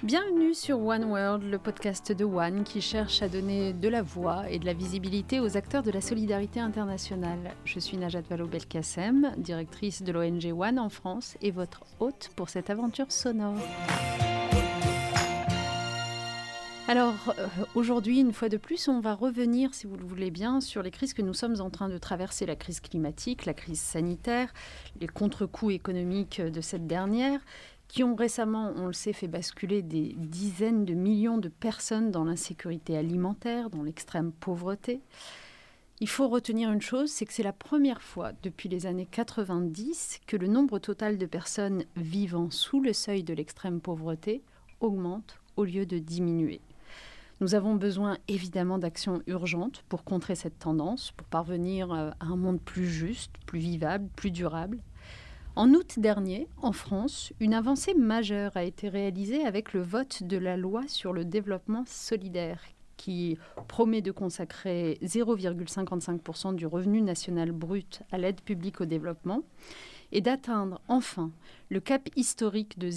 Bienvenue sur One World, le podcast de One qui cherche à donner de la voix et de la visibilité aux acteurs de la solidarité internationale. Je suis Najat Vallaud-Belkacem, directrice de l'ONG One en France et votre hôte pour cette aventure sonore. Alors, aujourd'hui, une fois de plus, on va revenir, si vous le voulez bien, sur les crises que nous sommes en train de traverser, la crise climatique, la crise sanitaire, les contre-coups économiques de cette dernière, qui ont récemment, on le sait, fait basculer des dizaines de millions de personnes dans l'insécurité alimentaire, dans l'extrême pauvreté. Il faut retenir une chose, c'est que c'est la première fois depuis les années 90 que le nombre total de personnes vivant sous le seuil de l'extrême pauvreté augmente au lieu de diminuer. Nous avons besoin évidemment d'actions urgentes pour contrer cette tendance, pour parvenir à un monde plus juste, plus vivable, plus durable. En août dernier, en France, une avancée majeure a été réalisée avec le vote de la loi sur le développement solidaire qui promet de consacrer 0,55% du revenu national brut à l'aide publique au développement et d'atteindre enfin le cap historique de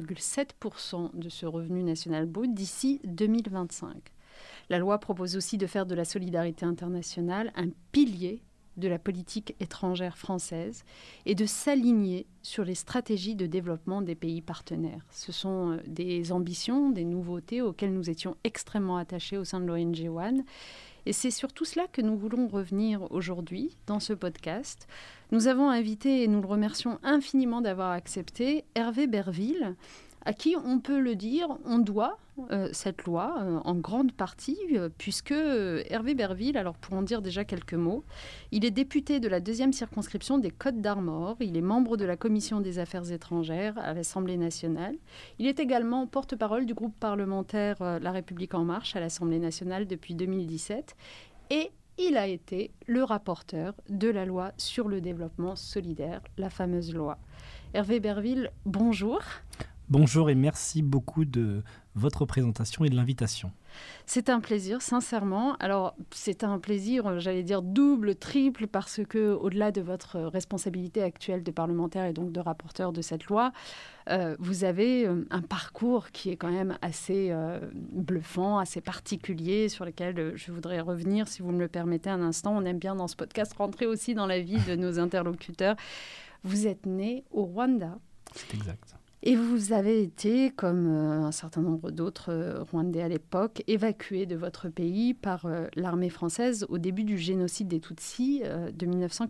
0,7% de ce revenu national brut d'ici 2025. La loi propose aussi de faire de la solidarité internationale un pilier de la politique étrangère française et de s'aligner sur les stratégies de développement des pays partenaires. Ce sont des ambitions, des nouveautés auxquelles nous étions extrêmement attachés au sein de l'ONG One. Et c'est sur tout cela que nous voulons revenir aujourd'hui dans ce podcast. Nous avons invité, et nous le remercions infiniment d'avoir accepté, Hervé Berville, à qui, on peut le dire, on doit cette loi en grande partie, puisque Hervé Berville, alors pour en dire déjà quelques mots, il est député de la 2e circonscription des Côtes-d'Armor, il est membre de la Commission des Affaires étrangères à l'Assemblée nationale. Il est également porte-parole du groupe parlementaire La République en marche à l'Assemblée nationale depuis 2017 et il a été le rapporteur de la loi sur le développement solidaire, la fameuse loi. Hervé Berville, bonjour. Bonjour et merci beaucoup de votre présentation et de l'invitation. C'est un plaisir, sincèrement. Alors, c'est un plaisir, j'allais dire double, triple, parce que au-delà de votre responsabilité actuelle de parlementaire et donc de rapporteur de cette loi, vous avez un parcours qui est quand même assez bluffant, assez particulier, sur lequel je voudrais revenir, si vous me le permettez un instant. On aime bien dans ce podcast rentrer aussi dans la vie de nos interlocuteurs. Vous êtes né au Rwanda. C'est exact. Et vous avez été, comme un certain nombre d'autres Rwandais à l'époque, évacué de votre pays par l'armée française au début du génocide des Tutsis de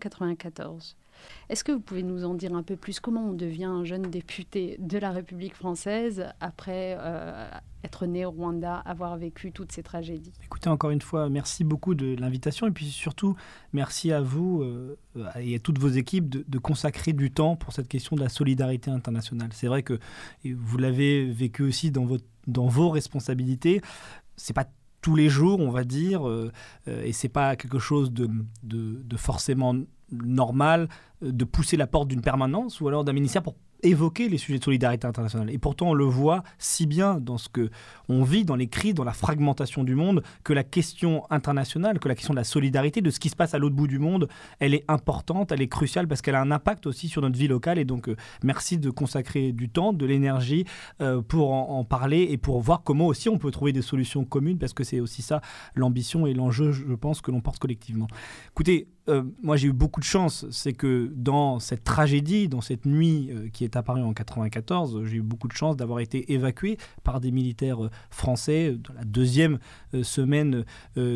1994. Est-ce que vous pouvez nous en dire un peu plus? Comment on devient un jeune député de la République française après être né au Rwanda, avoir vécu toutes ces tragédies? Écoutez, encore une fois, merci beaucoup de l'invitation et puis surtout, merci à vous et à toutes vos équipes de consacrer du temps pour cette question de la solidarité internationale. C'est vrai que vous l'avez vécu aussi dans vos responsabilités. C'est pas tous les jours, on va dire, et c'est pas quelque chose de forcément normal de pousser la porte d'une permanence ou alors d'un ministère pour évoquer les sujets de solidarité internationale. Et pourtant, on le voit si bien dans ce qu'on vit, dans les crises, dans la fragmentation du monde, que la question internationale, que la question de la solidarité, de ce qui se passe à l'autre bout du monde, elle est importante, elle est cruciale parce qu'elle a un impact aussi sur notre vie locale. Et donc, merci de consacrer du temps, de l'énergie pour en parler et pour voir comment aussi on peut trouver des solutions communes parce que c'est aussi ça l'ambition et l'enjeu, je pense, que l'on porte collectivement. Écoutez, moi j'ai eu beaucoup de chance, c'est que dans cette tragédie, dans cette nuit qui est apparue en 1994, j'ai eu beaucoup de chance d'avoir été évacué par des militaires français dans la 2e semaine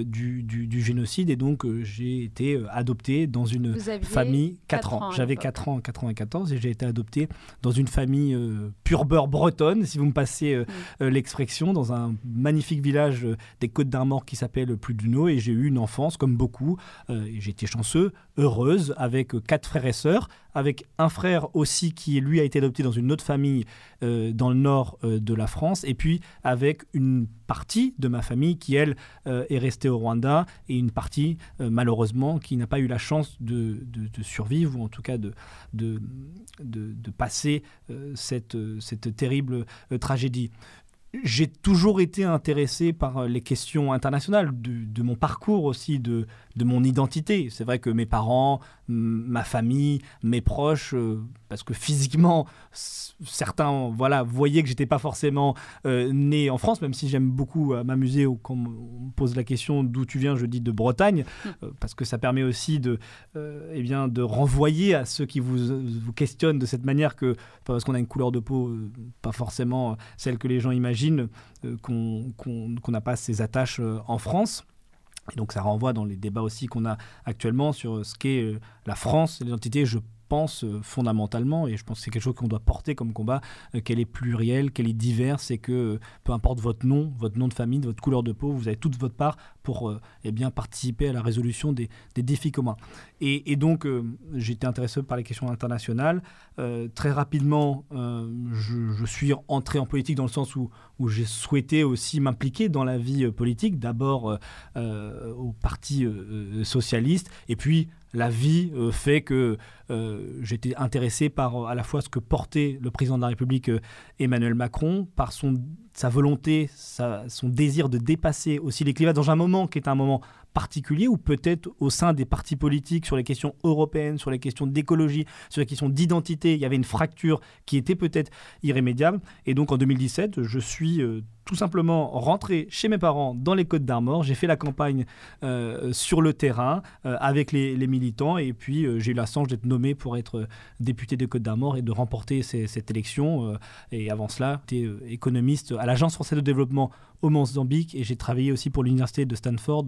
du génocide et donc j'ai été adopté dans une famille, 4 ans. J'avais 4 ans en 1994 et j'ai été adopté dans une famille pure beurre bretonne, si vous me passez l'expression, dans un magnifique village des Côtes-d'Armor qui s'appelle Pludunot et j'ai eu une enfance comme beaucoup et j'ai été chanceux, heureuse, avec 4 frères et sœurs, avec un frère aussi qui, lui, a été adopté dans une autre famille dans le nord de la France, et puis avec une partie de ma famille qui, elle, est restée au Rwanda, et une partie, malheureusement, qui n'a pas eu la chance de survivre, ou en tout cas de passer cette terrible tragédie. J'ai toujours été intéressé par les questions internationales, de mon parcours aussi, de mon identité. C'est vrai que mes parents, ma famille, mes proches, parce que physiquement, certains voyaient que j'étais pas forcément né en France, même si j'aime beaucoup m'amuser quand on me pose la question d'où tu viens, je dis de Bretagne, parce que ça permet aussi de renvoyer à ceux qui vous questionnent de cette manière, que parce qu'on a une couleur de peau pas forcément celle que les gens imaginent, qu'on n'a pas ces attaches en France. Et donc ça renvoie dans les débats aussi qu'on a actuellement sur ce qu'est la France et l'identité, je pense fondamentalement, et je pense que c'est quelque chose qu'on doit porter comme combat, qu'elle est plurielle, qu'elle est diverse, et que peu importe votre nom de famille, votre couleur de peau, vous avez toute votre part pour participer à la résolution des défis communs. Et donc j'ai été intéressé par les questions internationales. Très rapidement, je suis entré en politique dans le sens où j'ai souhaité aussi m'impliquer dans la vie politique, d'abord au Parti socialiste, et puis la vie fait que j'étais intéressé par à la fois ce que portait le président de la République Emmanuel Macron, par sa volonté, son désir de dépasser aussi les clivages dans un moment qui est un moment particulier, ou peut-être au sein des partis politiques sur les questions européennes, sur les questions d'écologie, sur les questions d'identité, il y avait une fracture qui était peut-être irrémédiable. Et donc en 2017, je suis tout simplement rentré chez mes parents dans les Côtes-d'Armor. J'ai fait la campagne sur le terrain avec les militants, et puis j'ai eu la chance d'être nommé pour être député des Côtes-d'Armor et de remporter cette élection. Et avant cela, j'étais économiste à l'Agence française de développement au Mozambique, et j'ai travaillé aussi pour l'université de Stanford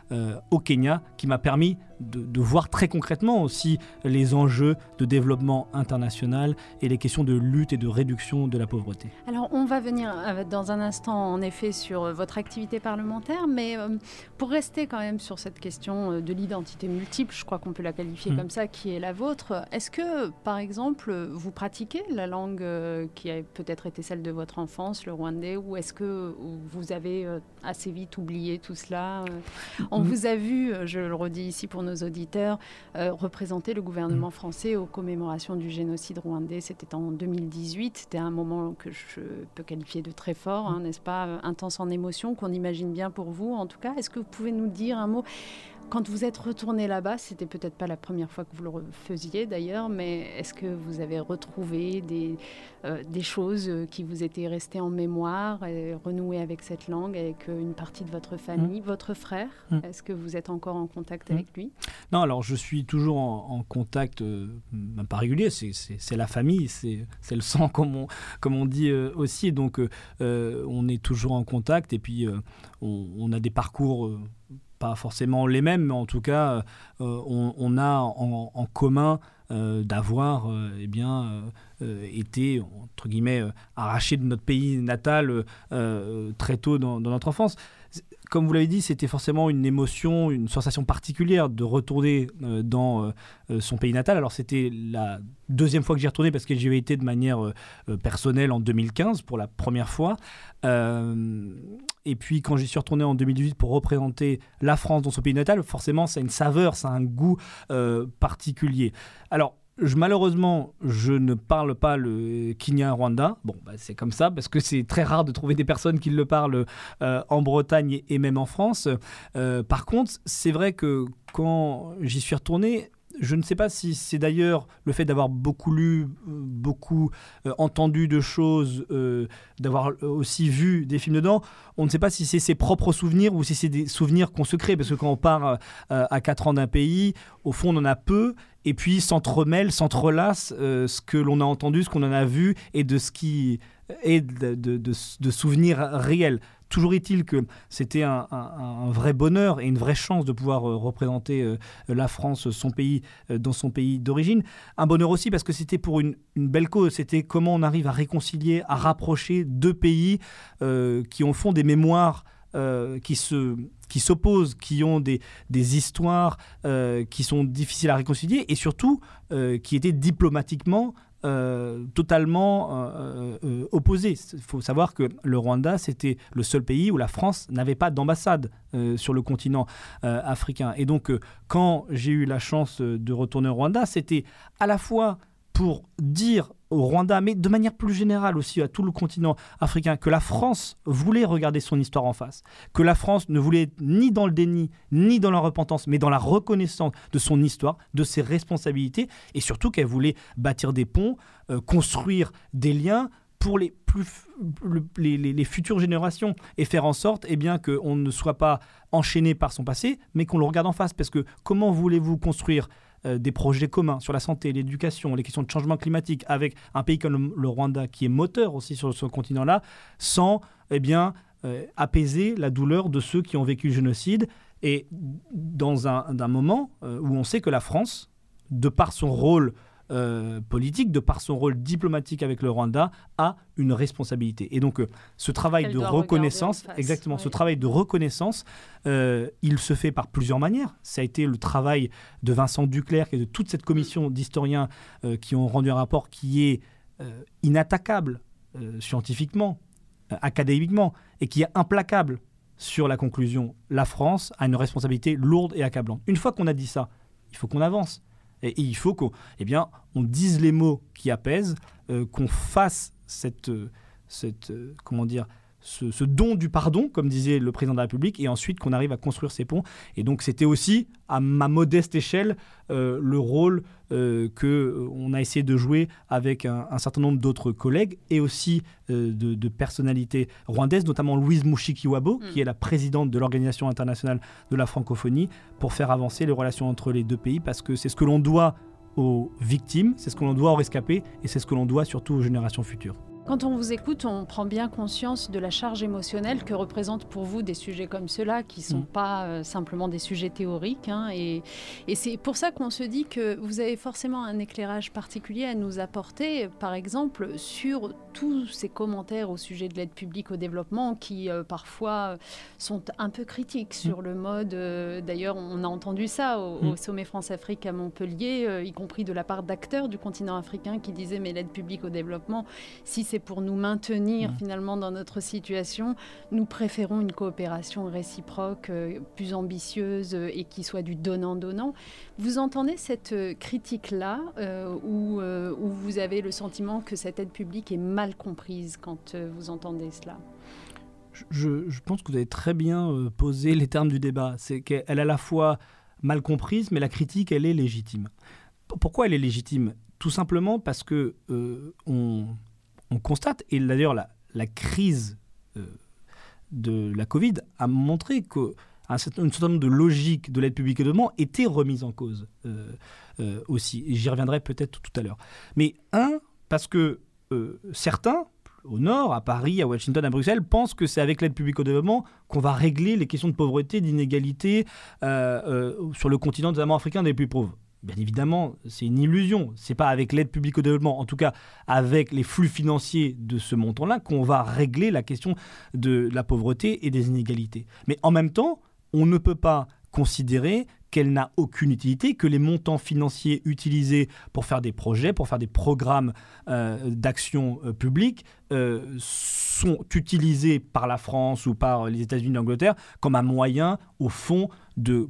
au Kenya, qui m'a permis de voir très concrètement aussi les enjeux de développement international et les questions de lutte et de réduction de la pauvreté. Alors on va venir dans un instant en effet sur votre activité parlementaire, mais pour rester quand même sur cette question de l'identité multiple, je crois qu'on peut la qualifier comme ça, qui est la vôtre, est-ce que par exemple vous pratiquez la langue qui a peut-être été celle de votre enfance, le rwandais, ou est-ce que vous avez assez vite oublié tout cela? On vous a vu, je le redis ici pour nos auditeurs, représenter le gouvernement français aux commémorations du génocide rwandais. C'était en 2018. C'était un moment que je peux qualifier de très fort, n'est-ce pas, intense en émotion, qu'on imagine bien pour vous en tout cas. Est-ce que vous pouvez nous dire un mot? Quand vous êtes retourné là-bas, c'était peut-être pas la première fois que vous le faisiez d'ailleurs, mais est-ce que vous avez retrouvé des choses qui vous étaient restées en mémoire, et renoué avec cette langue, avec une partie de votre famille, votre frère? Est-ce que vous êtes encore en contact avec lui? Non, alors je suis toujours en contact, même pas régulier, c'est la famille, c'est le sang comme on dit aussi, et donc on est toujours en contact, et puis on a des parcours pas forcément les mêmes, mais en tout cas, on a en commun d'avoir été, entre guillemets, arraché de notre pays natal très tôt dans notre enfance. Comme vous l'avez dit, c'était forcément une émotion, une sensation particulière de retourner dans son pays natal. Alors c'était la deuxième fois que j'y retournais, parce que j'y avais été de manière personnelle en 2015 pour la première fois. Et puis quand j'y suis retourné en 2018 pour représenter la France dans son pays natal, forcément ça a une saveur, ça a un goût particulier. Alors malheureusement, je ne parle pas le Kenya-Rwanda. Bon, c'est comme ça, parce que c'est très rare de trouver des personnes qui le parlent en Bretagne et même en France. Par contre, c'est vrai que quand j'y suis retourné, je ne sais pas si c'est d'ailleurs le fait d'avoir beaucoup lu, beaucoup entendu de choses, d'avoir aussi vu des films dedans. On ne sait pas si c'est ses propres souvenirs ou si c'est des souvenirs qu'on se crée. Parce que quand on part à 4 ans d'un pays, au fond, on en a peu. Et puis s'entremêle, s'entrelace ce que l'on a entendu, ce qu'on en a vu, et de ce qui est de souvenirs réels. Toujours est-il que c'était un vrai bonheur et une vraie chance de pouvoir représenter la France, son pays, dans son pays d'origine. Un bonheur aussi parce que c'était pour une belle cause. C'était comment on arrive à réconcilier, à rapprocher deux pays qui ont au fond des mémoires qui s'opposent, qui ont des histoires qui sont difficiles à réconcilier, et surtout qui étaient diplomatiquement totalement opposés. Il faut savoir que le Rwanda, c'était le seul pays où la France n'avait pas d'ambassade sur le continent africain. Et donc, quand j'ai eu la chance de retourner au Rwanda, c'était à la fois pour dire au Rwanda, mais de manière plus générale aussi à tout le continent africain, que la France voulait regarder son histoire en face, que la France ne voulait être ni dans le déni, ni dans la repentance, mais dans la reconnaissance de son histoire, de ses responsabilités, et surtout qu'elle voulait bâtir des ponts, construire des liens pour les futures générations et faire en sorte qu'on ne soit pas enchaîné par son passé, mais qu'on le regarde en face. Parce que comment voulez-vous construire des projets communs sur la santé, l'éducation, les questions de changement climatique avec un pays comme le Rwanda qui est moteur aussi sur ce continent-là, sans apaiser la douleur de ceux qui ont vécu le génocide, et dans un moment où on sait que la France, de par son rôle politique, de par son rôle diplomatique avec le Rwanda, a une responsabilité. Et donc, ce travail de reconnaissance, ce travail de reconnaissance, il se fait par plusieurs manières. Ça a été le travail de Vincent Duclercq et de toute cette commission d'historiens qui ont rendu un rapport qui est inattaquable scientifiquement, académiquement, et qui est implacable sur la conclusion. La France a une responsabilité lourde et accablante. Une fois qu'on a dit ça, il faut qu'on avance. Et il faut qu'on dise les mots qui apaisent, qu'on fasse ce don du pardon, comme disait le président de la République, et ensuite qu'on arrive à construire ces ponts. Et donc c'était aussi, à ma modeste échelle, le rôle qu'on a essayé de jouer avec un certain nombre d'autres collègues, et aussi de personnalités rwandaises, notamment Louise Mushikiwabo, qui est la présidente de l'Organisation internationale de la francophonie, pour faire avancer les relations entre les deux pays, parce que c'est ce que l'on doit aux victimes, c'est ce que l'on doit aux rescapés, et c'est ce que l'on doit surtout aux générations futures. Quand on vous écoute, on prend bien conscience de la charge émotionnelle que représentent pour vous des sujets comme ceux-là, qui ne sont pas simplement des sujets théoriques. Et c'est pour ça qu'on se dit que vous avez forcément un éclairage particulier à nous apporter, par exemple, sur tous ces commentaires au sujet de l'aide publique au développement qui, parfois, sont un peu critiques sur le mode. D'ailleurs, on a entendu ça au sommet France-Afrique à Montpellier, y compris de la part d'acteurs du continent africain qui disaient « mais l'aide publique au développement, si c'est pour nous maintenir finalement dans notre situation, nous préférons une coopération réciproque, plus ambitieuse et qui soit du donnant-donnant ». Vous entendez cette critique-là où vous avez le sentiment que cette aide publique est mal comprise quand vous entendez cela ? Je pense que vous avez très bien posé les termes du débat. C'est qu'elle est à la fois mal comprise, mais la critique, elle est légitime. Pourquoi elle est légitime ? Tout simplement parce que on constate, et d'ailleurs la crise de la Covid a montré qu'un certain nombre de logiques de l'aide publique au développement étaient remises en cause aussi. Et j'y reviendrai peut-être tout à l'heure. Mais parce que certains, au nord, à Paris, à Washington, à Bruxelles, pensent que c'est avec l'aide publique au développement qu'on va régler les questions de pauvreté, d'inégalité sur le continent, notamment africain, des plus pauvres. Bien évidemment, c'est une illusion. Ce n'est pas avec l'aide publique au développement, en tout cas avec les flux financiers de ce montant-là, qu'on va régler la question de la pauvreté et des inégalités. Mais en même temps, on ne peut pas considérer qu'elle n'a aucune utilité, que les montants financiers utilisés pour faire des projets, pour faire des programmes d'action publique sont utilisés par la France ou par les États-Unis et l'Angleterre comme un moyen, au fond, de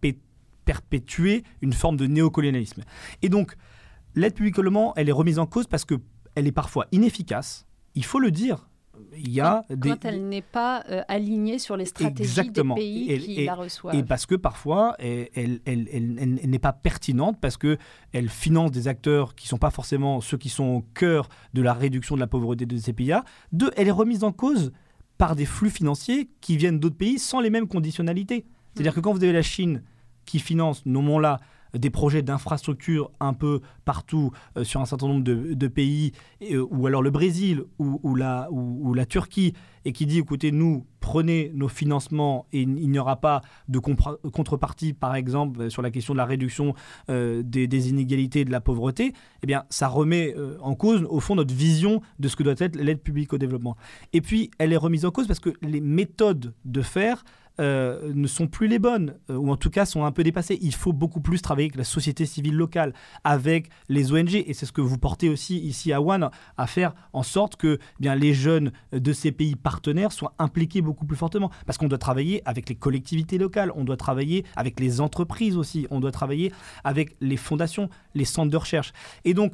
perpétuer une forme de néocolonialisme. Et donc, l'aide publique au développement, elle est remise en cause parce qu'elle est parfois inefficace, il faut le dire. Quand elle n'est pas alignée sur les stratégies des pays qui la reçoivent. Et parce que parfois, elle n'est pas pertinente, parce qu'elle finance des acteurs qui ne sont pas forcément ceux qui sont au cœur de la réduction de la pauvreté de ces pays-là. Elle est remise en cause par des flux financiers qui viennent d'autres pays sans les mêmes conditionnalités. C'est-à-dire que quand vous avez la Chine qui finance, nommons-la, des projets d'infrastructure un peu partout sur un certain nombre de pays, ou alors le Brésil ou la Turquie, et qui dit, écoutez, nous, prenez nos financements et il n'y aura pas de contrepartie, par exemple, sur la question de la réduction des inégalités et de la pauvreté, eh bien, ça remet en cause, au fond, notre vision de ce que doit être l'aide publique au développement. Et puis, elle est remise en cause parce que les méthodes de faire ne sont plus les bonnes, ou en tout cas sont un peu dépassées. Il faut beaucoup plus travailler avec la société civile locale, avec les ONG, et c'est ce que vous portez aussi ici à One, à faire en sorte que les jeunes de ces pays partenaires soient impliqués beaucoup plus fortement, parce qu'on doit travailler avec les collectivités locales, on doit travailler avec les entreprises aussi, on doit travailler avec les fondations, les centres de recherche. Et donc,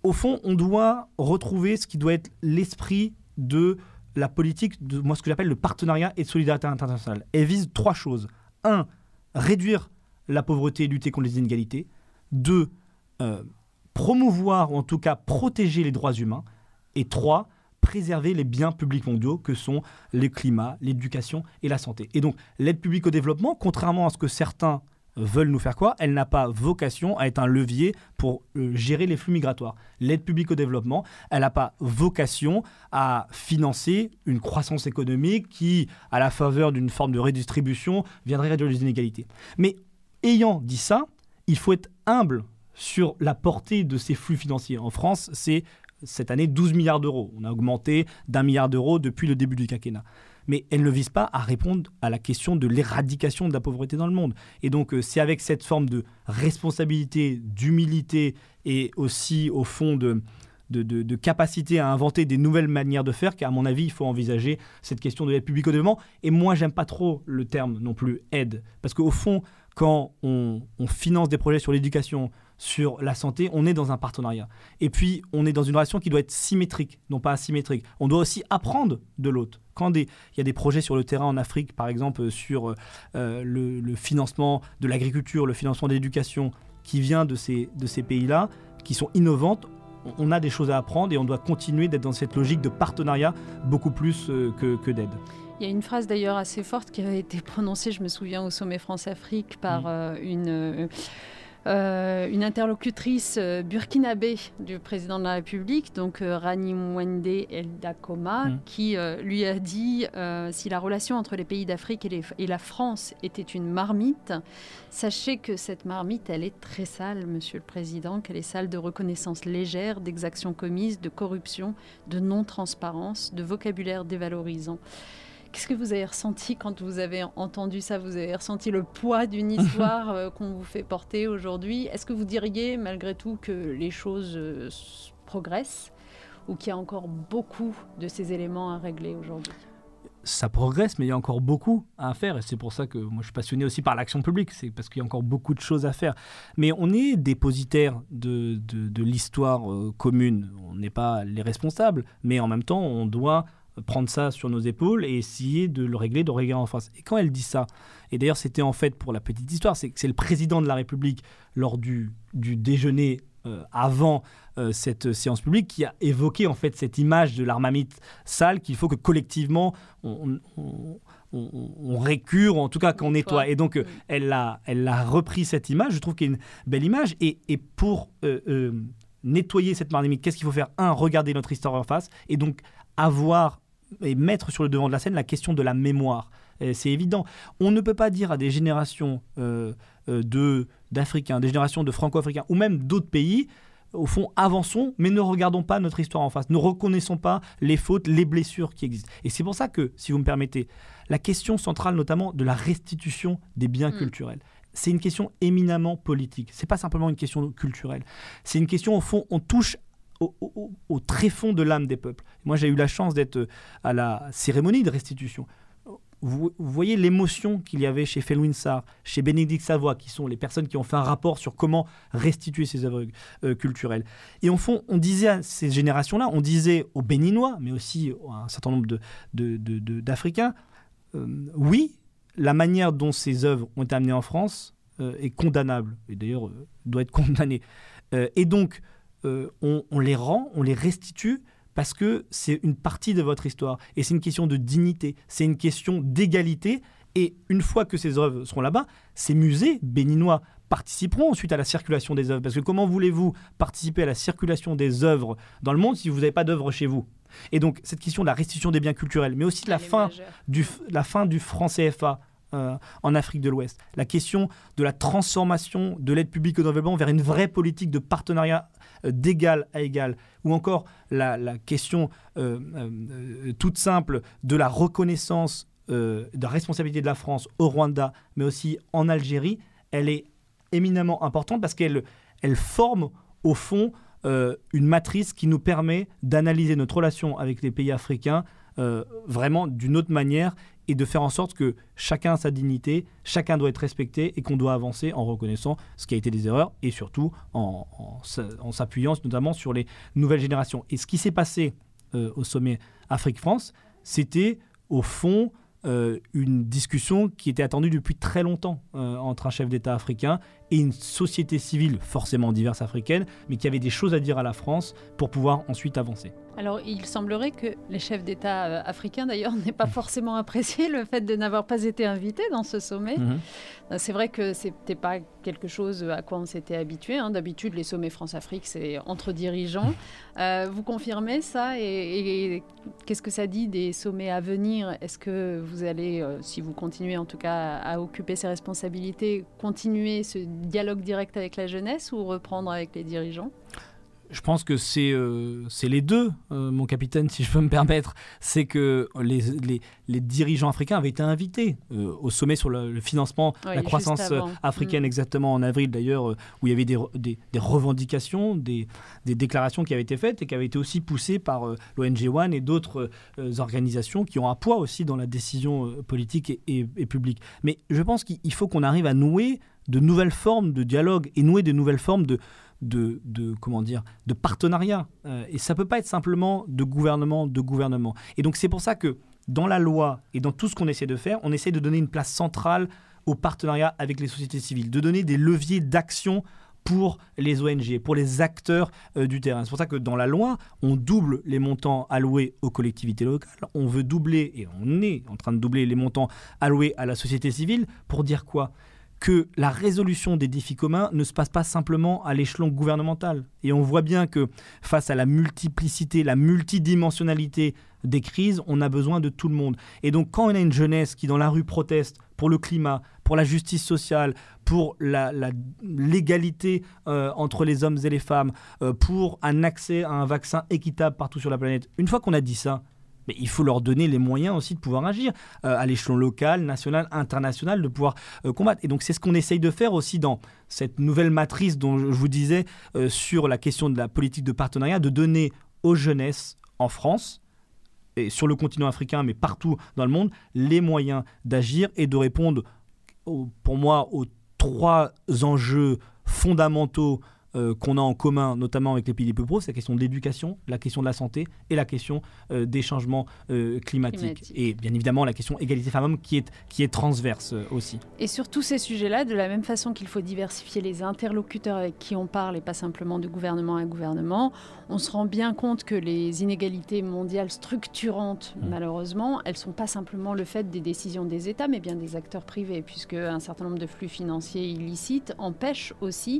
au fond, on doit retrouver ce qui doit être l'esprit de la politique, de moi, ce que j'appelle le partenariat et de solidarité internationale. Elle vise 3 choses. 1, réduire la pauvreté et lutter contre les inégalités. 2, promouvoir ou en tout cas protéger les droits humains. Et 3, préserver les biens publics mondiaux que sont le climat, l'éducation et la santé. Et donc, l'aide publique au développement, contrairement à ce que certains veulent nous faire croire, elle n'a pas vocation à être un levier pour gérer les flux migratoires. L'aide publique au développement, elle n'a pas vocation à financer une croissance économique qui, à la faveur d'une forme de redistribution, viendrait réduire les inégalités. Mais ayant dit ça, il faut être humble sur la portée de ces flux financiers. En France, c'est cette année 12 milliards d'euros. On a augmenté d'1 milliard d'euros depuis le début du quinquennat. Mais elle ne vise pas à répondre à la question de l'éradication de la pauvreté dans le monde. Et donc, c'est avec cette forme de responsabilité, d'humilité et aussi, au fond, de capacité à inventer des nouvelles manières de faire qu'à mon avis, il faut envisager cette question de l'aide publique au développement. Et moi, j'aime pas trop le terme non plus aide. Parce qu'au fond, quand on finance des projets sur l'éducation, sur la santé, on est dans un partenariat. Et puis, on est dans une relation qui doit être symétrique, non pas asymétrique. On doit aussi apprendre de l'autre. Quand il y a des projets sur le terrain en Afrique, par exemple, sur le financement de l'agriculture, le financement de l'éducation, qui vient de ces pays-là, qui sont innovantes, on a des choses à apprendre et on doit continuer d'être dans cette logique de partenariat beaucoup plus que d'aide. Il y a une phrase d'ailleurs assez forte qui avait été prononcée, je me souviens, au sommet France-Afrique par une interlocutrice burkinabé du président de la République, donc Rani Mwende Eldakoma, qui lui a dit si la relation entre les pays d'Afrique et la France était une marmite, sachez que cette marmite, elle est très sale, Monsieur le Président, qu'elle est sale de reconnaissance légère, d'exactions commises, de corruption, de non-transparence, de vocabulaire dévalorisant. Qu'est-ce que vous avez ressenti quand vous avez entendu ça ? Vous avez ressenti le poids d'une histoire qu'on vous fait porter aujourd'hui ? Est-ce que vous diriez malgré tout que les choses progressent ou qu'il y a encore beaucoup de ces éléments à régler aujourd'hui ? Ça progresse, mais il y a encore beaucoup à faire. Et c'est pour ça que moi, je suis passionné aussi par l'action publique. C'est parce qu'il y a encore beaucoup de choses à faire. Mais on est dépositaire de l'histoire commune. On n'est pas les responsables. Mais en même temps, on doit prendre ça sur nos épaules et essayer de le régler en face. Et quand elle dit ça, et d'ailleurs c'était en fait pour la petite histoire, c'est que c'est le président de la République lors du déjeuner avant cette séance publique qui a évoqué en fait cette image de l'armamite sale qu'il faut que collectivement on récure, en tout cas qu'on nettoie. Et donc elle a repris cette image, je trouve qu'il y a une belle image. Et pour nettoyer cette marmite, qu'est-ce qu'il faut faire ? Regarder notre histoire en face et donc avoir et mettre sur le devant de la scène la question de la mémoire. C'est évident. On ne peut pas dire à des générations d'Africains, des générations de Franco-Africains ou même d'autres pays, au fond, avançons, mais ne regardons pas notre histoire en face. Ne reconnaissons pas les fautes, les blessures qui existent. Et c'est pour ça que, si vous me permettez, la question centrale notamment de la restitution des biens culturels, c'est une question éminemment politique. Ce n'est pas simplement une question culturelle. C'est une question, au fond, on touche au tréfonds de l'âme des peuples. Moi, j'ai eu la chance d'être à la cérémonie de restitution. Vous voyez l'émotion qu'il y avait chez Felwine Sarr, chez Bénédicte Savoy, qui sont les personnes qui ont fait un rapport sur comment restituer ces œuvres culturelles. Et au fond, on disait à ces générations-là, on disait aux Béninois, mais aussi à un certain nombre d'Africains, oui, la manière dont ces œuvres ont été amenées en France est condamnable, et d'ailleurs doit être condamnée. Et donc, on les rend, on les restitue parce que c'est une partie de votre histoire. Et c'est une question de dignité, c'est une question d'égalité. Et une fois que ces œuvres seront là-bas, ces musées béninois participeront ensuite à la circulation des œuvres. Parce que comment voulez-vous participer à la circulation des œuvres dans le monde si vous n'avez pas d'œuvres chez vous ? Et donc, cette question de la restitution des biens culturels, mais aussi de la fin du franc CFA en Afrique de l'Ouest, la question de la transformation de l'aide publique au développement vers une vraie politique de partenariat d'égal à égal, ou encore la question toute simple de la reconnaissance de la responsabilité de la France au Rwanda, mais aussi en Algérie, elle est éminemment importante parce qu'elle forme au fond une matrice qui nous permet d'analyser notre relation avec les pays africains vraiment d'une autre manière et de faire en sorte que chacun a sa dignité, chacun doit être respecté et qu'on doit avancer en reconnaissant ce qui a été des erreurs et surtout en s'appuyant notamment sur les nouvelles générations. Et ce qui s'est passé au sommet Afrique-France, c'était au fond une discussion qui était attendue depuis très longtemps entre un chef d'État africain et une société civile forcément diverse africaine, mais qui avait des choses à dire à la France pour pouvoir ensuite avancer. Alors, il semblerait que les chefs d'État africains, d'ailleurs, n'aient pas forcément apprécié le fait de n'avoir pas été invités dans ce sommet. C'est vrai que ce n'était pas quelque chose à quoi on s'était habitué. D'habitude, les sommets France-Afrique, c'est entre dirigeants. Vous confirmez ça et qu'est-ce que ça dit des sommets à venir? Est-ce que vous allez, si vous continuez en tout cas à occuper ces responsabilités, continuer ce dialogue direct avec la jeunesse ou reprendre avec les dirigeants? Je pense que c'est les deux, mon capitaine, si je peux me permettre. C'est que les dirigeants africains avaient été invités au sommet sur le financement, la croissance africaine, exactement en avril d'ailleurs, où il y avait des revendications, des déclarations qui avaient été faites et qui avaient été aussi poussées par l'ONG One et d'autres organisations qui ont un poids aussi dans la décision politique et publique. Mais je pense qu'il faut qu'on arrive à nouer de nouvelles formes de dialogue et nouer de nouvelles formes de partenariat. Et ça ne peut pas être simplement de gouvernement. Et donc c'est pour ça que dans la loi et dans tout ce qu'on essaie de faire, on essaie de donner une place centrale au partenariat avec les sociétés civiles, de donner des leviers d'action pour les ONG, pour les acteurs du terrain. C'est pour ça que dans la loi, on double les montants alloués aux collectivités locales. On veut doubler, et on est en train de doubler les montants alloués à la société civile pour dire quoi ? Que la résolution des défis communs ne se passe pas simplement à l'échelon gouvernemental. Et on voit bien que face à la multiplicité, la multidimensionnalité des crises, on a besoin de tout le monde. Et donc quand on a une jeunesse qui dans la rue proteste pour le climat, pour la justice sociale, pour l'égalité entre les hommes et les femmes, pour un accès à un vaccin équitable partout sur la planète, une fois qu'on a dit ça, mais il faut leur donner les moyens aussi de pouvoir agir à l'échelon local, national, international, de pouvoir combattre. Et donc c'est ce qu'on essaye de faire aussi dans cette nouvelle matrice dont je vous disais sur la question de la politique de partenariat, de donner aux jeunesses en France et sur le continent africain, mais partout dans le monde, les moyens d'agir et de répondre, pour moi, aux 3 enjeux fondamentaux qu'on a en commun, notamment avec les pays les plus pauvres, c'est la question de l'éducation, la question de la santé et la question des changements climatiques. Et bien évidemment, la question égalité femmes-hommes qui est transverse aussi. Et sur tous ces sujets-là, de la même façon qu'il faut diversifier les interlocuteurs avec qui on parle et pas simplement de gouvernement à gouvernement, on se rend bien compte que les inégalités mondiales structurantes, malheureusement, elles ne sont pas simplement le fait des décisions des États, mais bien des acteurs privés, puisque un certain nombre de flux financiers illicites empêchent aussi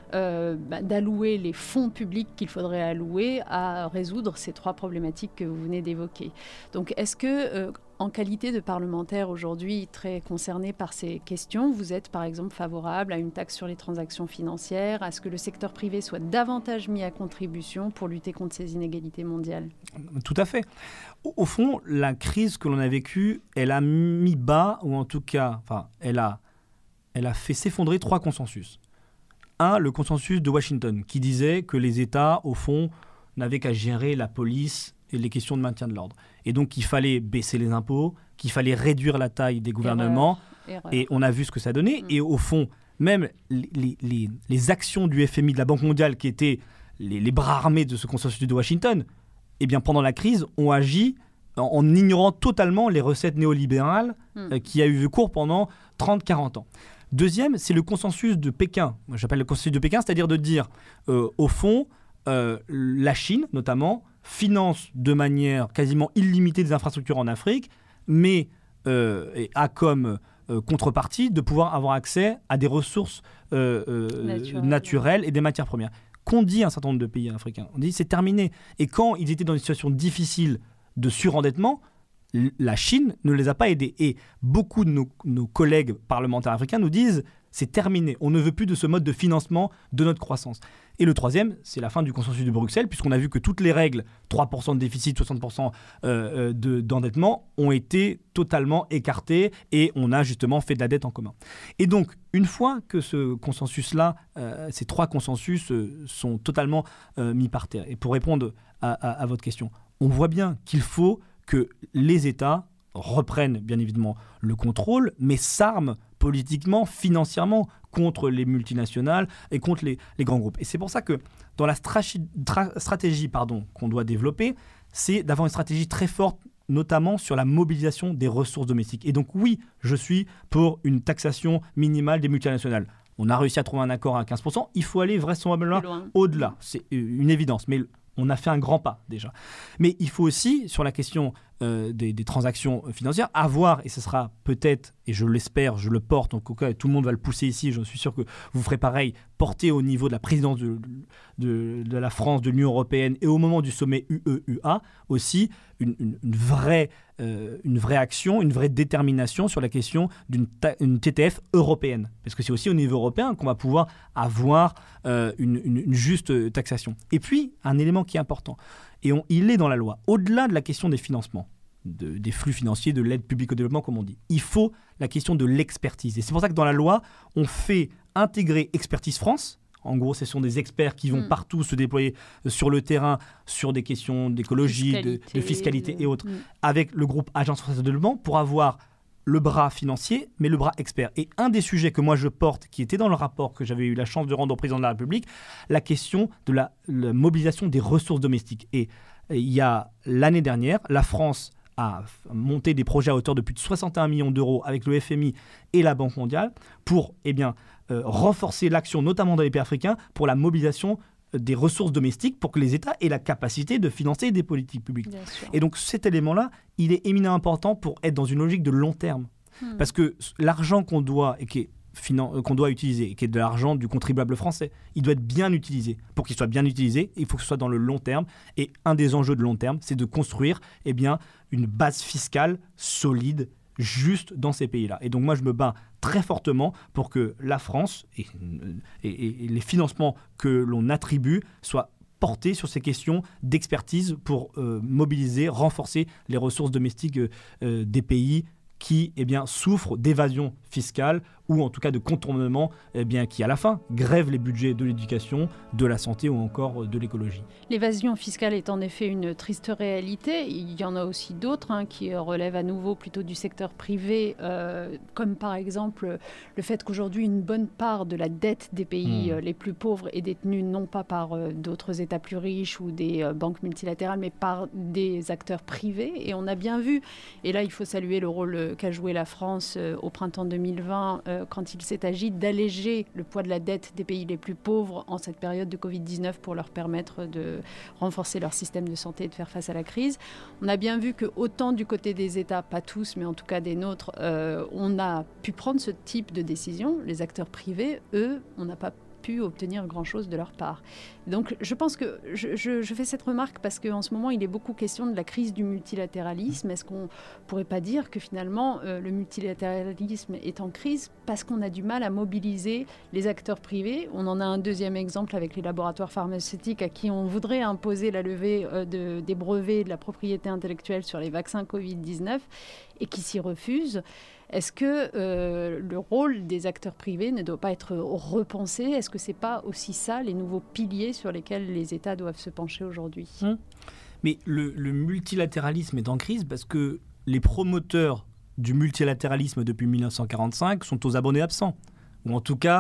d'allouer les fonds publics qu'il faudrait allouer à résoudre ces 3 problématiques que vous venez d'évoquer. Donc est-ce que, en qualité de parlementaire aujourd'hui très concerné par ces questions, vous êtes par exemple favorable à une taxe sur les transactions financières, à ce que le secteur privé soit davantage mis à contribution pour lutter contre ces inégalités mondiales ? Tout à fait. Au fond, la crise que l'on a vécue, elle a mis bas, ou en tout cas, elle a fait s'effondrer 3 consensus. Un, le consensus de Washington, qui disait que les États, au fond, n'avaient qu'à gérer la police et les questions de maintien de l'ordre. Et donc, qu'il fallait baisser les impôts, qu'il fallait réduire la taille des gouvernements. Erreur. Et on a vu ce que ça donnait. Et au fond, même les actions du FMI, de la Banque mondiale, qui étaient les bras armés de ce consensus de Washington, eh bien, pendant la crise, ont agi en ignorant totalement les recettes néolibérales qui a eu cours pendant 30-40 ans. Deuxième, c'est le consensus de Pékin. Moi, j'appelle le consensus de Pékin, c'est-à-dire de dire, au fond, la Chine, notamment, finance de manière quasiment illimitée des infrastructures en Afrique, mais a comme contrepartie de pouvoir avoir accès à des ressources naturelles et des matières premières. Qu'ont dit un certain nombre de pays africains ? On dit c'est terminé. Et quand ils étaient dans une situation difficile de surendettement, la Chine ne les a pas aidés. Et beaucoup de nos collègues parlementaires africains nous disent c'est terminé, on ne veut plus de ce mode de financement de notre croissance. Et le troisième, c'est la fin du consensus de Bruxelles, puisqu'on a vu que toutes les règles, 3% de déficit, 60% d'endettement, ont été totalement écartées et on a justement fait de la dette en commun. Et donc, une fois que ce consensus-là, ces 3 consensus sont totalement mis par terre, et pour répondre à votre question, on voit bien qu'il faut que les États reprennent bien évidemment le contrôle, mais s'arment politiquement, financièrement contre les multinationales et contre les grands groupes. Et c'est pour ça que dans la stratégie qu'on doit développer, c'est d'avoir une stratégie très forte, notamment sur la mobilisation des ressources domestiques. Et donc oui, je suis pour une taxation minimale des multinationales. On a réussi à trouver un accord à 15%, il faut aller vraisemblablement au-delà. C'est une évidence, mais on a fait un grand pas déjà. Mais il faut aussi, sur la question des transactions financières, avoir, et ce sera peut-être, et je l'espère, je le porte, en tout cas tout le monde va le pousser ici, je suis sûr que vous ferez pareil, porter au niveau de la présidence de la France, de l'Union européenne, et au moment du sommet UE-UA, aussi une vraie action, une vraie détermination sur la question d'une TTF européenne. Parce que c'est aussi au niveau européen qu'on va pouvoir avoir une juste taxation. Et puis, un élément qui est important, et il est dans la loi, au-delà de la question des financements, des flux financiers, de l'aide publique au développement, comme on dit, il faut la question de l'expertise. Et c'est pour ça que dans la loi, on fait intégrer Expertise France. En gros, ce sont des experts qui vont partout se déployer sur le terrain sur des questions d'écologie, de fiscalité et autres, avec le groupe Agence française de développement pour avoir le bras financier, mais le bras expert. Et un des sujets que moi je porte, qui était dans le rapport que j'avais eu la chance de rendre au président de la République, la question de la mobilisation des ressources domestiques. Et il y a l'année dernière, la France a monté des projets à hauteur de plus de 61 millions d'euros avec le FMI et la Banque mondiale pour renforcer l'action, notamment dans les pays africains, pour la mobilisation des ressources domestiques pour que les États aient la capacité de financer des politiques publiques. Et donc cet élément-là, il est éminemment important pour être dans une logique de long terme. Parce que l'argent qu'on doit utiliser, et qui est de l'argent du contribuable français, il doit être bien utilisé. Pour qu'il soit bien utilisé, il faut que ce soit dans le long terme. Et un des enjeux de long terme, c'est de construire une base fiscale solide, juste dans ces pays-là. Et donc moi, je me bats très fortement pour que la France et les financements que l'on attribue soient portés sur ces questions d'expertise pour mobiliser, renforcer les ressources domestiques des pays qui souffrent d'évasion fiscale ou en tout cas de contournement qui à la fin grèvent les budgets de l'éducation, de la santé ou encore de l'écologie. L'évasion fiscale est en effet une triste réalité. Il y en a aussi d'autres qui relèvent à nouveau plutôt du secteur privé, comme par exemple le fait qu'aujourd'hui une bonne part de la dette des pays les plus pauvres est détenue non pas par d'autres États plus riches ou des banques multilatérales, mais par des acteurs privés. Et on a bien vu, et là il faut saluer le rôle qu'a joué la France au printemps 2020 quand il s'est agi d'alléger le poids de la dette des pays les plus pauvres en cette période de Covid-19 pour leur permettre de renforcer leur système de santé et de faire face à la crise. On a bien vu que autant du côté des États, pas tous, mais en tout cas des nôtres, on a pu prendre ce type de décision. Les acteurs privés, eux, on n'a pas pu obtenir grand-chose de leur part. Donc je pense que je fais cette remarque parce qu'en ce moment il est beaucoup question de la crise du multilatéralisme. Est-ce qu'on ne pourrait pas dire que finalement le multilatéralisme est en crise parce qu'on a du mal à mobiliser les acteurs privés? On en a un deuxième exemple avec les laboratoires pharmaceutiques à qui on voudrait imposer la levée des brevets de la propriété intellectuelle sur les vaccins Covid-19 et qui s'y refusent. Est-ce que le rôle des acteurs privés ne doit pas être repensé? Est-ce que ce n'est pas aussi ça, les nouveaux piliers sur lesquels les États doivent se pencher aujourd'hui? Mais le multilatéralisme est en crise parce que les promoteurs du multilatéralisme depuis 1945 sont aux abonnés absents. Ou en tout cas,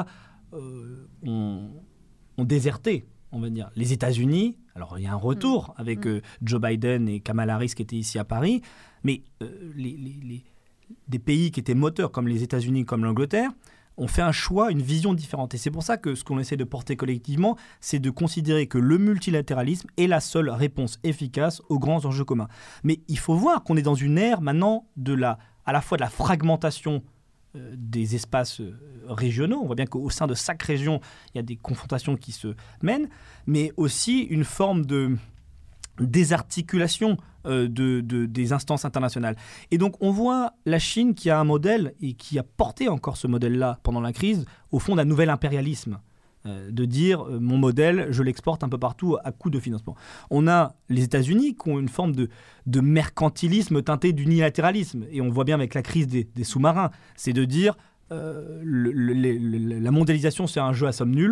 ont déserté, on va dire. Les États-Unis, alors il y a un retour avec Joe Biden et Kamala Harris qui étaient ici à Paris, mais des pays qui étaient moteurs comme les États-Unis, comme l'Angleterre, ont fait un choix, une vision différente. Et c'est pour ça que ce qu'on essaie de porter collectivement, c'est de considérer que le multilatéralisme est la seule réponse efficace aux grands enjeux communs. Mais il faut voir qu'on est dans une ère maintenant à la fois de la fragmentation des espaces régionaux. On voit bien qu'au sein de chaque région, il y a des confrontations qui se mènent, mais aussi une forme de désarticulation des instances internationales. Et donc on voit la Chine qui a un modèle et qui a porté encore ce modèle-là pendant la crise, au fond d'un nouvel impérialisme, de dire mon modèle, je l'exporte un peu partout à coup de financement. On a les États-Unis qui ont une forme de mercantilisme teinté d'unilatéralisme, et on voit bien avec la crise des sous-marins, c'est de dire la mondialisation c'est un jeu à somme nulle,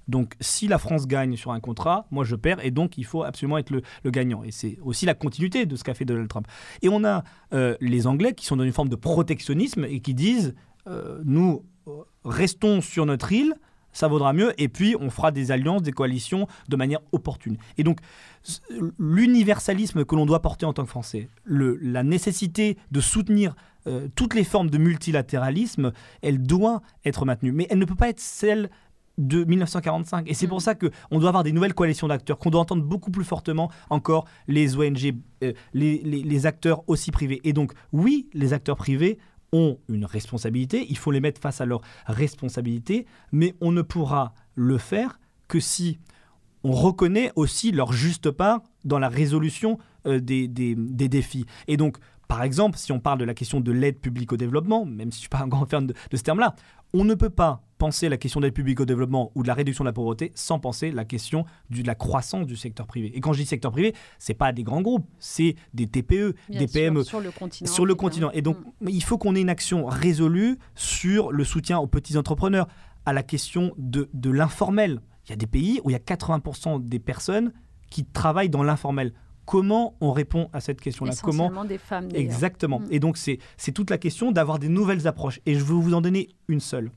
Donc, si la France gagne sur un contrat, moi je perds, et donc il faut absolument être le gagnant. Et c'est aussi la continuité de ce qu'a fait Donald Trump. Et on a les Anglais qui sont dans une forme de protectionnisme et qui disent nous restons sur notre île, ça vaudra mieux, et puis on fera des alliances, des coalitions de manière opportune. Et donc, l'universalisme que l'on doit porter en tant que Français, la nécessité de soutenir toutes les formes de multilatéralisme, elle doit être maintenue. Mais elle ne peut pas être celle de 1945. Et c'est pour ça qu'on doit avoir des nouvelles coalitions d'acteurs, qu'on doit entendre beaucoup plus fortement encore les ONG, les acteurs aussi privés. Et donc, oui, les acteurs privés ont une responsabilité, il faut les mettre face à leurs responsabilités, mais on ne pourra le faire que si on reconnaît aussi leur juste part dans la résolution des défis. Et donc, par exemple, si on parle de la question de l'aide publique au développement, même si je ne suis pas un grand fan de ce terme-là, on ne peut pas penser la question de l'aide publique au développement ou de la réduction de la pauvreté sans penser la question de la croissance du secteur privé. Et quand je dis secteur privé, ce n'est pas des grands groupes, c'est des TPE, des PME. Sur le continent. Sur le continent. Et donc, il faut qu'on ait une action résolue sur le soutien aux petits entrepreneurs, à la question de l'informel. Il y a des pays où il y a 80% des personnes qui travaillent dans l'informel. Comment on répond à cette question-là? Essentiellement des femmes, d'ailleurs. Exactement. Et donc, c'est toute la question d'avoir des nouvelles approches. Et je veux vous en donner une seule.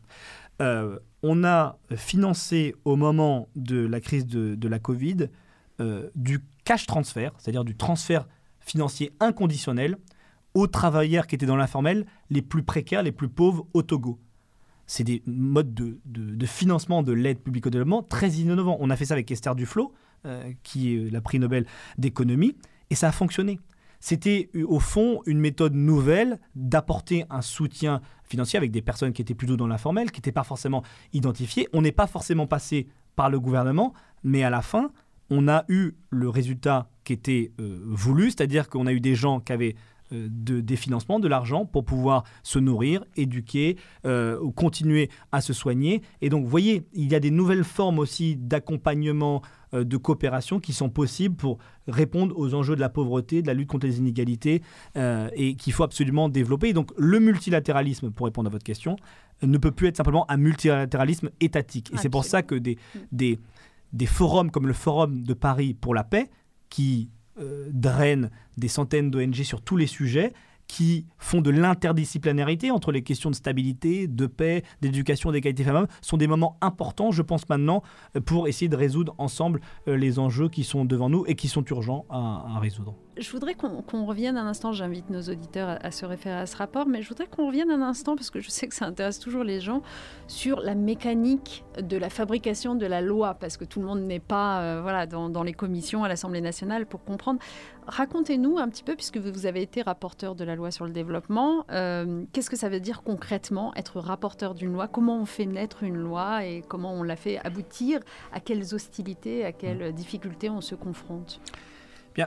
On a financé au moment de la crise de la Covid du cash transfer, c'est-à-dire du transfert financier inconditionnel aux travailleurs qui étaient dans l'informel, les plus précaires, les plus pauvres au Togo. C'est des modes de financement de l'aide publique au développement très innovants. On a fait ça avec Esther Duflo, qui est la prix Nobel d'économie, et ça a fonctionné. C'était au fond une méthode nouvelle d'apporter un soutien financier avec des personnes qui étaient plutôt dans l'informel, qui n'étaient pas forcément identifiées. On n'est pas forcément passé par le gouvernement, mais à la fin, on a eu le résultat qui était voulu, c'est-à-dire qu'on a eu des gens qui avaient des financements, de l'argent pour pouvoir se nourrir, éduquer, ou continuer à se soigner. Et donc, vous voyez, il y a des nouvelles formes aussi d'accompagnement, de coopération qui sont possibles pour répondre aux enjeux de la pauvreté, de la lutte contre les inégalités, et qu'il faut absolument développer. Et donc, le multilatéralisme, pour répondre à votre question, ne peut plus être simplement un multilatéralisme étatique. Et c'est pour ça que des forums comme le Forum de Paris pour la paix, qui drainent des centaines d'ONG sur tous les sujets, qui font de l'interdisciplinarité entre les questions de stabilité, de paix, d'éducation, d'égalité femmes-hommes, sont des moments importants, je pense maintenant, pour essayer de résoudre ensemble les enjeux qui sont devant nous et qui sont urgents à résoudre. Je voudrais qu'on revienne un instant, j'invite nos auditeurs à se référer à ce rapport, mais je voudrais qu'on revienne un instant, parce que je sais que ça intéresse toujours les gens, sur la mécanique de la fabrication de la loi, parce que tout le monde n'est pas dans les commissions à l'Assemblée nationale pour comprendre. Racontez-nous un petit peu, puisque vous avez été rapporteur de la loi sur le développement, qu'est-ce que ça veut dire concrètement être rapporteur d'une loi? Comment on fait naître une loi et comment on la fait aboutir? À quelles hostilités, à quelles difficultés on se confronte? Bien.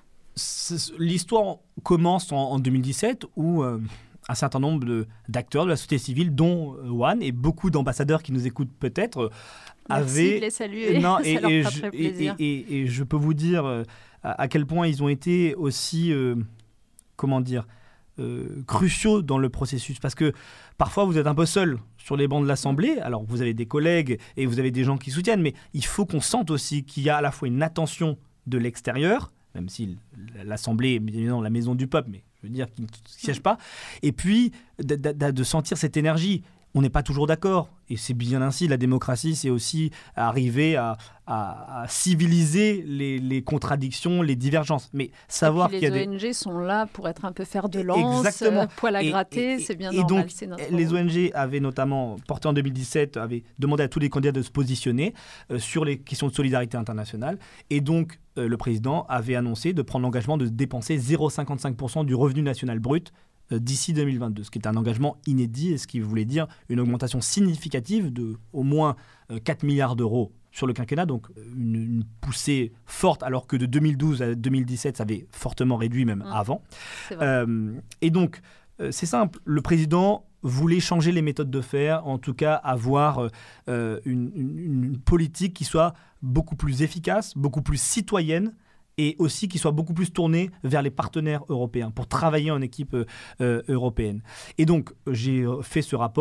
L'histoire commence en 2017 où un certain nombre d'acteurs de la société civile, dont One et beaucoup d'ambassadeurs qui nous écoutent peut-être, avaient... Merci de les saluer, ça leur fera très plaisir. Et je peux vous dire à quel point ils ont été aussi, cruciaux dans le processus. Parce que parfois, vous êtes un peu seul sur les bancs de l'Assemblée. Alors, vous avez des collègues et vous avez des gens qui soutiennent, mais il faut qu'on sente aussi qu'il y a à la fois une attention de l'extérieur, même si l'Assemblée est évidemment la maison du peuple, mais je veux dire qu'il ne siège pas, et puis de sentir cette énergie. On n'est pas toujours d'accord, et c'est bien ainsi. La démocratie, c'est aussi arriver à civiliser les contradictions, les divergences. Mais savoir qu'il y a les ONG sont là pour être un peu fer de lance, poil à gratter, c'est bien normal. Donc, les ONG avaient notamment porté en 2017, avaient demandé à tous les candidats de se positionner sur les questions de solidarité internationale. Et donc, le président avait annoncé de prendre l'engagement de dépenser 0,55% du revenu national brut d'ici 2022, ce qui est un engagement inédit et ce qui voulait dire une augmentation significative de au moins 4 milliards d'euros sur le quinquennat, donc une poussée forte, alors que de 2012 à 2017, ça avait fortement réduit même avant. Et donc, c'est simple, le président voulait changer les méthodes de faire, en tout cas avoir une politique qui soit beaucoup plus efficace, beaucoup plus citoyenne, et aussi qui soit beaucoup plus tourné vers les partenaires européens pour travailler en équipe européenne. Et donc, j'ai fait ce rapport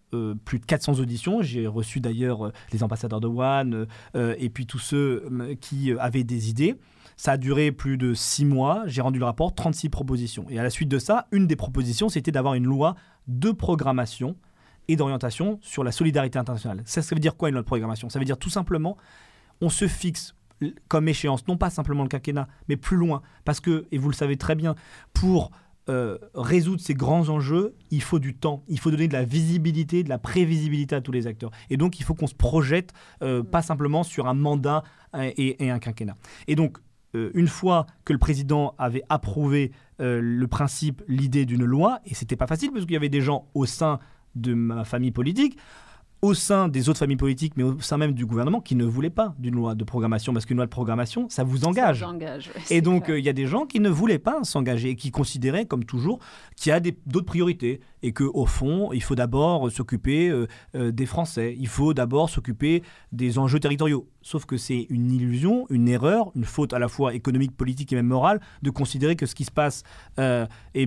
plus de 400 auditions. J'ai reçu d'ailleurs les ambassadeurs de One et puis tous ceux qui avaient des idées. Ça a duré plus de 6 mois. J'ai rendu le rapport, 36 propositions. Et à la suite de ça, une des propositions, c'était d'avoir une loi de programmation et d'orientation sur la solidarité internationale. Ça veut dire quoi, une loi de programmation ? Ça veut dire tout simplement, on se fixe comme échéance, non pas simplement le quinquennat, mais plus loin. Parce que, et vous le savez très bien, pour résoudre ces grands enjeux, il faut du temps. Il faut donner de la visibilité, de la prévisibilité à tous les acteurs. Et donc, il faut qu'on se projette pas simplement sur un mandat et un quinquennat. Et donc, une fois que le président avait approuvé le principe, l'idée d'une loi, et c'était pas facile parce qu'il y avait des gens au sein de ma famille politique, au sein des autres familles politiques, mais au sein même du gouvernement, qui ne voulaient pas d'une loi de programmation, parce qu'une loi de programmation, ça vous engage. Et donc, il y a des gens qui ne voulaient pas s'engager et qui considéraient, comme toujours, qu'il y a d'autres priorités et qu'au fond, il faut d'abord s'occuper des Français, il faut d'abord s'occuper des enjeux territoriaux. Sauf que c'est une illusion, une erreur, une faute à la fois économique, politique et même morale, de considérer que ce qui se passe à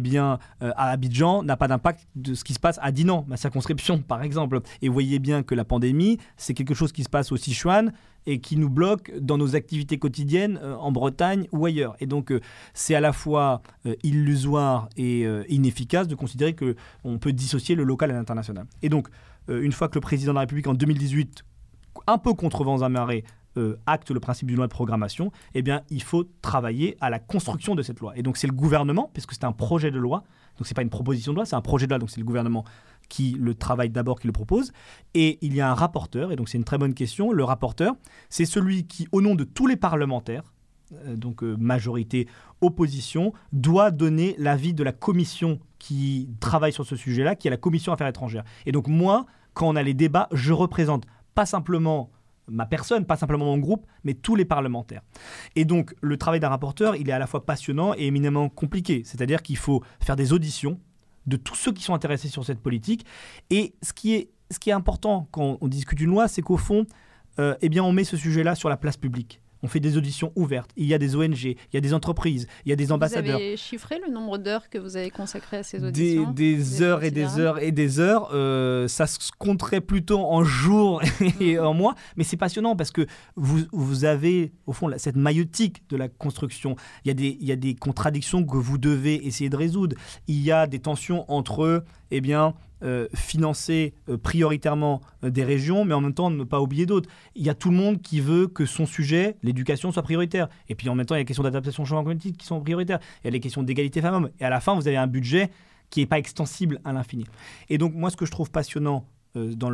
Abidjan n'a pas d'impact de ce qui se passe à Dinan, ma circonscription, par exemple. Et vous voyez bien que la pandémie, c'est quelque chose qui se passe au Sichuan et qui nous bloque dans nos activités quotidiennes en Bretagne ou ailleurs. Et donc, c'est à la fois illusoire et inefficace de considérer qu'on peut dissocier le local et l'international. Et donc, une fois que le président de la République, en 2018, un peu contre vents et marées, acte le principe d'une loi de programmation, eh bien, il faut travailler à la construction de cette loi. Et donc, c'est le gouvernement, puisque c'est un projet de loi, donc ce n'est pas une proposition de loi, c'est un projet de loi, donc c'est le gouvernement qui le travaille d'abord, qui le propose. Et il y a un rapporteur, et donc c'est une très bonne question. Le rapporteur, c'est celui qui, au nom de tous les parlementaires, donc majorité, opposition, doit donner l'avis de la commission qui travaille sur ce sujet-là, qui est la commission Affaires étrangères. Et donc moi, quand on a les débats, je représente pas simplement ma personne, pas simplement mon groupe, mais tous les parlementaires. Et donc, le travail d'un rapporteur, il est à la fois passionnant et éminemment compliqué. C'est-à-dire qu'il faut faire des auditions de tous ceux qui sont intéressés sur cette politique. Et ce qui est important quand on discute une loi, c'est qu'au fond, on met ce sujet-là sur la place publique. On fait des auditions ouvertes. Il y a des ONG, il y a des entreprises, il y a des ambassadeurs. Vous avez chiffré le nombre d'heures que vous avez consacrées à ces auditions ? Des heures et des heures et des heures. Ça se compterait plutôt en jours et en mois. Mais c'est passionnant parce que vous avez, au fond, cette maïeutique de la construction. Il y a des contradictions que vous devez essayer de résoudre. Il y a des tensions entre, financer prioritairement des régions, mais en même temps ne pas oublier d'autres. Il y a tout le monde qui veut que son sujet, l'éducation, soit prioritaire. Et puis en même temps, il y a les questions d'adaptation au changement climatique qui sont prioritaires. Il y a les questions d'égalité femmes-hommes. Et à la fin, vous avez un budget qui n'est pas extensible à l'infini. Et donc moi, ce que je trouve passionnant dans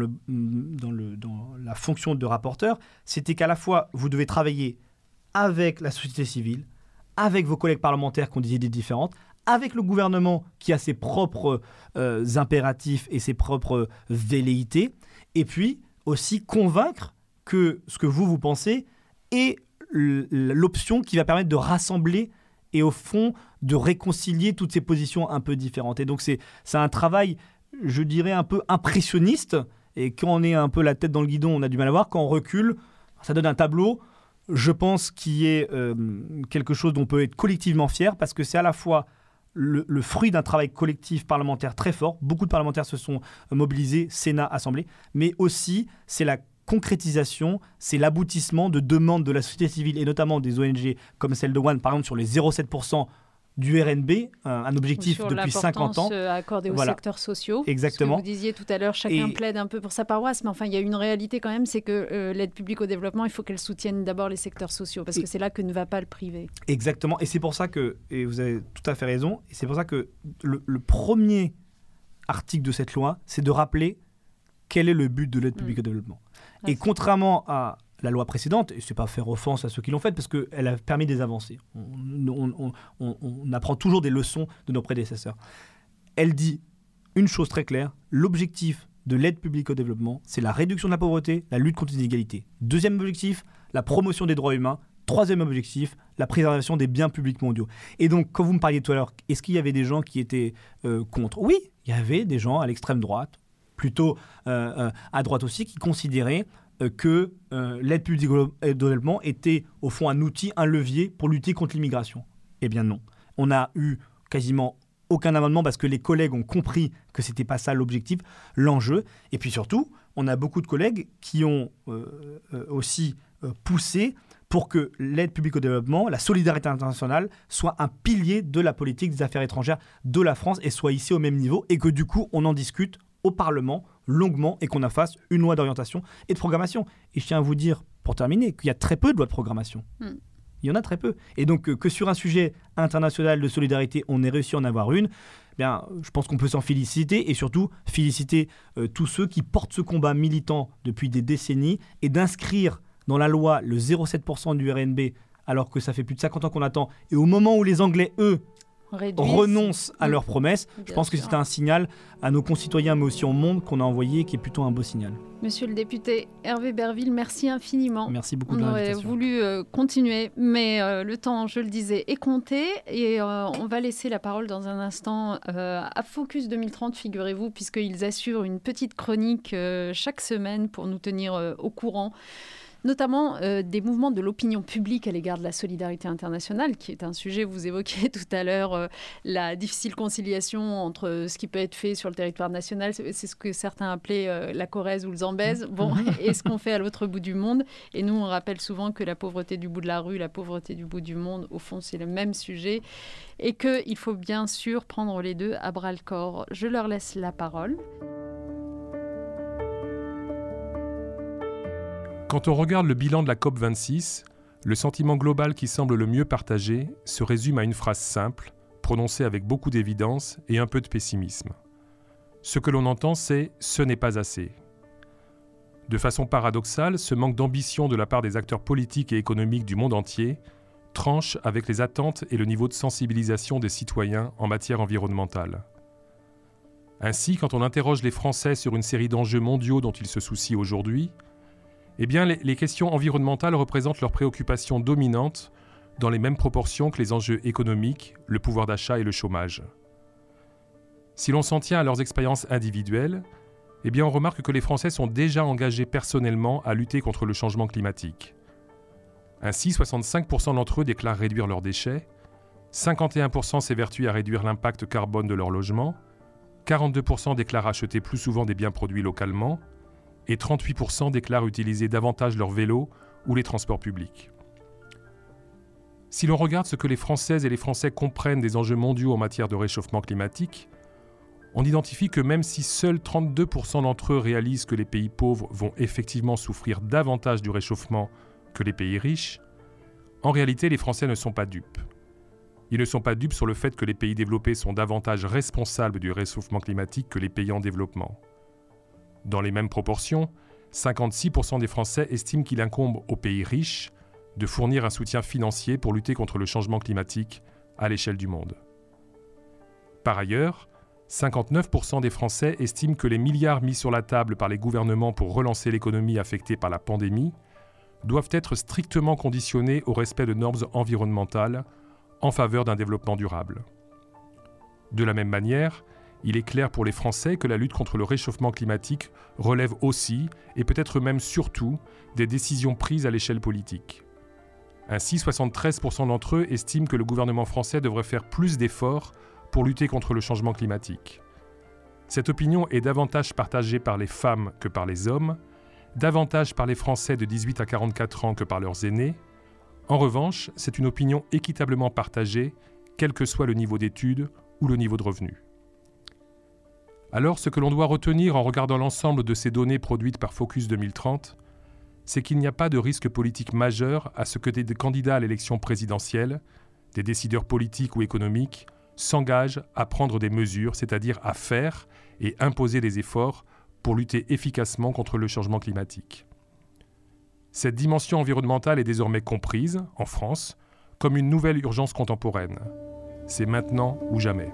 la fonction de rapporteur, c'était qu'à la fois, vous devez travailler avec la société civile, avec vos collègues parlementaires qui ont des idées différentes, avec le gouvernement qui a ses propres impératifs et ses propres velléités, et puis aussi convaincre que ce que vous pensez est l'option qui va permettre de rassembler et au fond de réconcilier toutes ces positions un peu différentes. Et donc c'est un travail, je dirais, un peu impressionniste, et quand on est un peu la tête dans le guidon, on a du mal à voir. Quand on recule, ça donne un tableau, je pense, qui est quelque chose dont on peut être collectivement fier, parce que c'est à la fois le fruit d'un travail collectif parlementaire très fort. Beaucoup de parlementaires se sont mobilisés, Sénat, Assemblée, mais aussi c'est la concrétisation, c'est l'aboutissement de demandes de la société civile et notamment des ONG comme celle de One, par exemple sur les 0,7% du RNB, un objectif depuis 50 ans. Sur l'importance accordée aux secteurs sociaux. Exactement. Ce que vous disiez tout à l'heure, chacun plaide un peu pour sa paroisse, mais enfin, il y a une réalité quand même, c'est que l'aide publique au développement, il faut qu'elle soutienne d'abord les secteurs sociaux, parce que c'est là que ne va pas le privé. Exactement, et c'est pour ça que, et vous avez tout à fait raison, et c'est pour ça que le premier article de cette loi, c'est de rappeler quel est le but de l'aide publique au développement. Et contrairement à la loi précédente, et ce n'est pas faire offense à ceux qui l'ont faite, parce qu'elle a permis des avancées. On apprend toujours des leçons de nos prédécesseurs. Elle dit une chose très claire, l'objectif de l'aide publique au développement, c'est la réduction de la pauvreté, la lutte contre les inégalités. Deuxième objectif, la promotion des droits humains. Troisième objectif, la préservation des biens publics mondiaux. Et donc, quand vous me parliez tout à l'heure, est-ce qu'il y avait des gens qui étaient contre ? Oui, il y avait des gens à l'extrême droite, plutôt à droite aussi, qui considéraient que l'aide publique au développement était au fond un outil, un levier pour lutter contre l'immigration. Eh bien non. On a eu quasiment aucun amendement parce que les collègues ont compris que ce n'était pas ça l'objectif, l'enjeu. Et puis surtout, on a beaucoup de collègues qui ont aussi poussé pour que l'aide publique au développement, la solidarité internationale, soit un pilier de la politique des affaires étrangères de la France et soit ici au même niveau et que du coup, on en discute au Parlement longuement et qu'on en fasse une loi d'orientation et de programmation. Et je tiens à vous dire, pour terminer, qu'il y a très peu de lois de programmation. Il y en a très peu. Et donc, que sur un sujet international de solidarité, on ait réussi à en avoir une, bien, je pense qu'on peut s'en féliciter et surtout féliciter tous ceux qui portent ce combat militant depuis des décennies et d'inscrire dans la loi le 0,7% du RNB alors que ça fait plus de 50 ans qu'on attend. Et au moment où les Anglais, eux, renoncent à leurs promesses, je pense que c'est un signal à nos concitoyens mais aussi au monde qu'on a envoyé qui est plutôt un beau signal. Monsieur le député Hervé Berville, merci infiniment. Merci beaucoup de l'invitation. On aurait voulu continuer, mais le temps, je le disais, est compté. Et on va laisser la parole dans un instant à Focus 2030, figurez-vous, puisqu'ils assurent une petite chronique chaque semaine pour nous tenir au courant, notamment des mouvements de l'opinion publique à l'égard de la solidarité internationale, qui est un sujet, vous évoquiez tout à l'heure, la difficile conciliation entre ce qui peut être fait sur le territoire national, c'est ce que certains appelaient la Corrèze ou le Zambèze, et ce qu'on fait à l'autre bout du monde. Et nous, on rappelle souvent que la pauvreté du bout de la rue, la pauvreté du bout du monde, au fond, c'est le même sujet, et qu'il faut bien sûr prendre les deux à bras-le-corps. Je leur laisse la parole. Quand on regarde le bilan de la COP26, le sentiment global qui semble le mieux partagé se résume à une phrase simple, prononcée avec beaucoup d'évidence et un peu de pessimisme. Ce que l'on entend, c'est « ce n'est pas assez ». De façon paradoxale, ce manque d'ambition de la part des acteurs politiques et économiques du monde entier tranche avec les attentes et le niveau de sensibilisation des citoyens en matière environnementale. Ainsi, quand on interroge les Français sur une série d'enjeux mondiaux dont ils se soucient aujourd'hui, eh bien, les questions environnementales représentent leur préoccupation dominante dans les mêmes proportions que les enjeux économiques, le pouvoir d'achat et le chômage. Si l'on s'en tient à leurs expériences individuelles, eh bien, on remarque que les Français sont déjà engagés personnellement à lutter contre le changement climatique. Ainsi, 65% d'entre eux déclarent réduire leurs déchets, 51% s'évertuent à réduire l'impact carbone de leur logement, 42% déclarent acheter plus souvent des biens produits localement, et 38% déclarent utiliser davantage leur vélo ou les transports publics. Si l'on regarde ce que les Françaises et les Français comprennent des enjeux mondiaux en matière de réchauffement climatique, on identifie que même si seuls 32% d'entre eux réalisent que les pays pauvres vont effectivement souffrir davantage du réchauffement que les pays riches, en réalité les Français ne sont pas dupes. Ils ne sont pas dupes sur le fait que les pays développés sont davantage responsables du réchauffement climatique que les pays en développement. Dans les mêmes proportions, 56% des Français estiment qu'il incombe aux pays riches de fournir un soutien financier pour lutter contre le changement climatique à l'échelle du monde. Par ailleurs, 59% des Français estiment que les milliards mis sur la table par les gouvernements pour relancer l'économie affectée par la pandémie doivent être strictement conditionnés au respect de normes environnementales en faveur d'un développement durable. De la même manière, il est clair pour les Français que la lutte contre le réchauffement climatique relève aussi, et peut-être même surtout, des décisions prises à l'échelle politique. Ainsi, 73% d'entre eux estiment que le gouvernement français devrait faire plus d'efforts pour lutter contre le changement climatique. Cette opinion est davantage partagée par les femmes que par les hommes, davantage par les Français de 18 à 44 ans que par leurs aînés. En revanche, c'est une opinion équitablement partagée, quel que soit le niveau d'études ou le niveau de revenus. Alors, ce que l'on doit retenir en regardant l'ensemble de ces données produites par Focus 2030, c'est qu'il n'y a pas de risque politique majeur à ce que des candidats à l'élection présidentielle, des décideurs politiques ou économiques, s'engagent à prendre des mesures, c'est-à-dire à faire et imposer des efforts pour lutter efficacement contre le changement climatique. Cette dimension environnementale est désormais comprise, en France, comme une nouvelle urgence contemporaine. C'est maintenant ou jamais.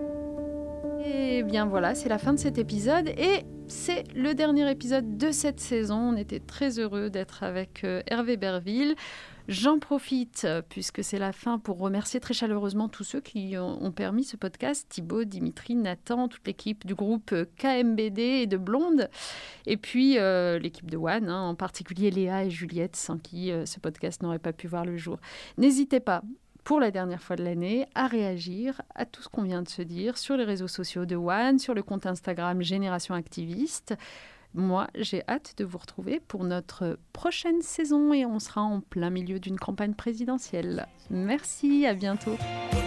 Et bien voilà, c'est la fin de cet épisode et c'est le dernier épisode de cette saison. On était très heureux d'être avec Hervé Berville. J'en profite, puisque c'est la fin, pour remercier très chaleureusement tous ceux qui ont permis ce podcast. Thibaut, Dimitri, Nathan, toute l'équipe du groupe KMBD et de Blonde. Et puis l'équipe de One, en particulier Léa et Juliette, sans qui ce podcast n'aurait pas pu voir le jour. N'hésitez pas, pour la dernière fois de l'année, à réagir à tout ce qu'on vient de se dire sur les réseaux sociaux de One, sur le compte Instagram Génération Activiste. Moi, j'ai hâte de vous retrouver pour notre prochaine saison et on sera en plein milieu d'une campagne présidentielle. Merci, à bientôt.